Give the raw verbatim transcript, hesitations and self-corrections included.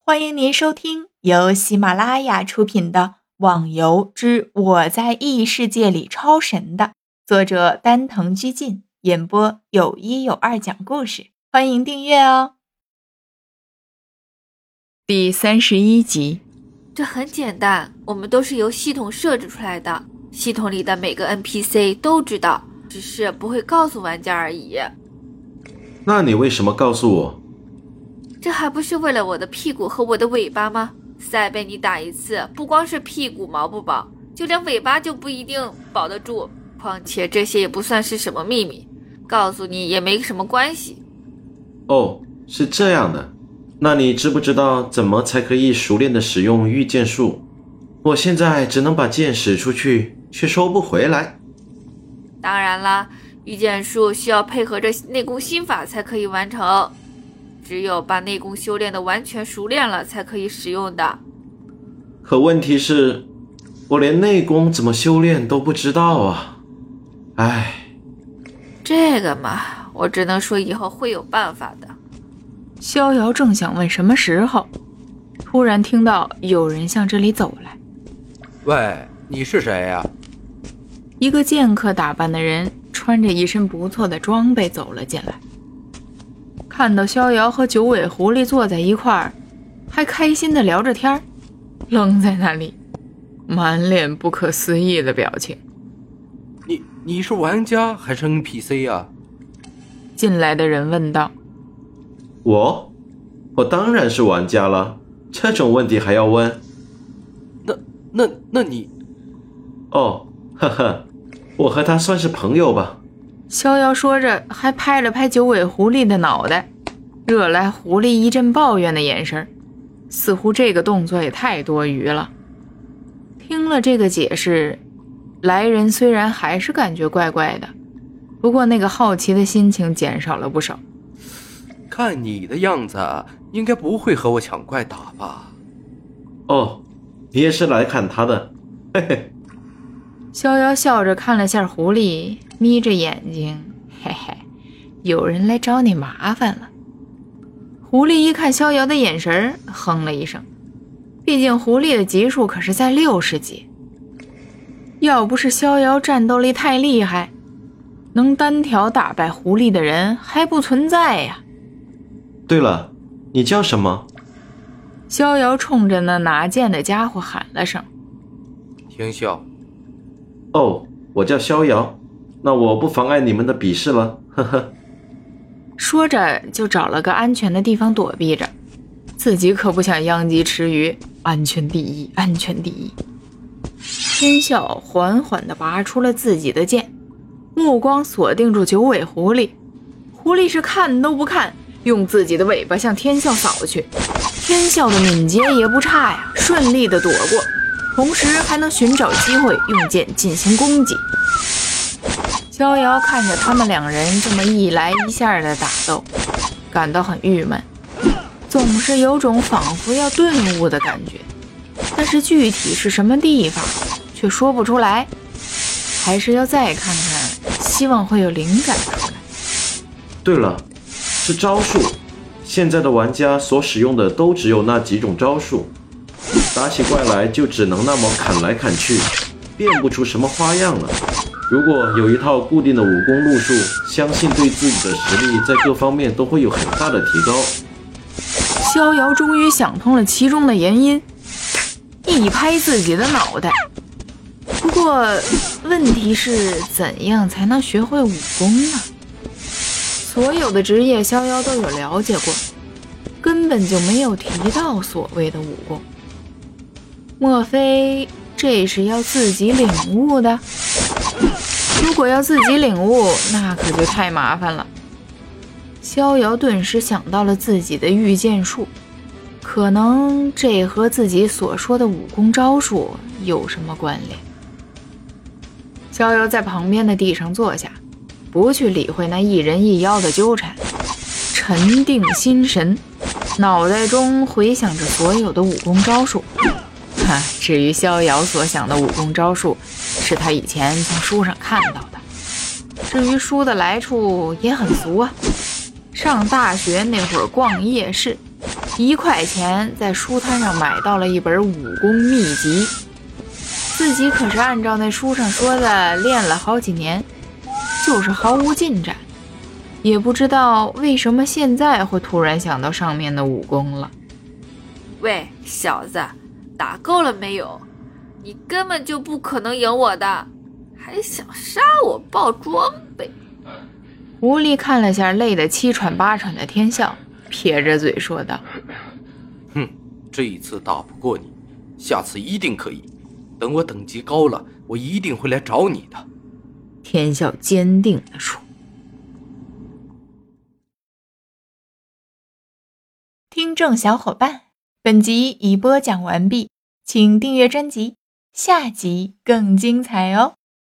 欢迎您收听由喜马拉雅出品的《网游之我在异世界里超神》的作者丹藤居进，演播有一有二讲故事，欢迎订阅哦。第三十一集。 这很简单，我们都是由系统设置出来的，系统里的每个 N P C 都知道，只是不会告诉玩家而已。 那你为什么告诉我？ 这还不是为了我的屁股和我的尾巴吗？再被你打一次，不光是屁股毛不保，就连尾巴就不一定保得住。况且这些也不算是什么秘密，告诉你也没什么关系。 哦，是这样的。那你知不知道怎么才可以熟练的使用御剑术？我现在只能把剑使出去，却收不回来。 当然啦，御剑术需要配合着内功心法才可以完成，只有把内功修炼的完全熟练了才可以使用的。 可问题是，我连内功怎么修炼都不知道啊！唉， 这个嘛，我只能说以后会有办法的。 逍遥正想问什么时候，突然听到有人向这里走来。 喂，你是谁呀？ 一个剑客打扮的人，穿着一身不错的装备走了进来。看到逍遥和九尾狐狸坐在一块儿，还开心地聊着天，愣在那里，满脸不可思议的表情。 你你是玩家还是 N P C 啊？ 进来的人问道。 我？我当然是玩家了，这种问题还要问？ 那那那你…… 哦，呵呵，我和他算是朋友吧。 逍遥说着，还拍了拍九尾狐狸的脑袋，惹来狐狸一阵抱怨的眼神，似乎这个动作也太多余了。听了这个解释，来人虽然还是感觉怪怪的，不过那个好奇的心情减少了不少。 看你的样子，应该不会和我抢怪打吧？ 哦，你也是来看他的，嘿嘿。 逍遥笑着看了下狐狸，眯着眼睛，嘿嘿，有人来找你麻烦了。狐狸一看逍遥的眼神，哼了一声，毕竟狐狸的级数可是在六十级，要不是逍遥战斗力太厉害，能单挑打败狐狸的人还不存在呀。 对了，你叫什么？ 逍遥冲着那拿剑的家伙喊了声。 天笑。 哦，我叫逍遥，那我不妨碍你们的比试了，呵呵。 说着就找了个安全的地方躲避着，自己可不想殃及池鱼，安全第一，安全第一。天笑缓缓地拔出了自己的剑，目光锁定住九尾狐狸，狐狸是看都不看，用自己的尾巴向天笑扫去。天笑的敏捷也不差呀，顺利地躲过，同时还能寻找机会用剑进行攻击。逍遥看着他们两人这么一来一下的打斗，感到很郁闷，总是有种仿佛要顿悟的感觉，但是具体是什么地方却说不出来，还是要再看看，希望会有灵感出来。 对了，是招数，现在的玩家所使用的都只有那几种招数，打起怪来就只能那么砍来砍去，变不出什么花样了。如果有一套固定的武功路数，相信对自己的实力在各方面都会有很大的提高。 逍遥终于想通了其中的原因，一拍自己的脑袋。不过问题是，怎样才能学会武功呢？所有的职业逍遥都有了解过，根本就没有提到所谓的武功。莫非这是要自己领悟的？如果要自己领悟，那可就太麻烦了。逍遥顿时想到了自己的御剑术，可能这和自己所说的武功招数有什么关联。逍遥在旁边的地上坐下，不去理会那一人一妖的纠缠，沉定心神，脑袋中回想着所有的武功招数。哈，至于逍遥所想的武功招数，是他以前从书上看到的。至于书的来处也很俗啊，上大学那会儿逛夜市， 一块钱在书摊上买到了一本武功秘籍，自己可是按照那书上说的练了好几年，就是毫无进展，也不知道为什么现在会突然想到上面的武功了。 喂，小子，打够了没有？你根本就不可能赢我的，还想杀我爆装备？ 狐狸看了下累得七喘八喘的天笑，撇着嘴说道： 哼，这一次打不过你，下次一定可以。等我等级高了，我一定会来找你的。 天笑坚定地说。听众小伙伴，本集已播讲完毕，请订阅专辑，下集更精彩哦。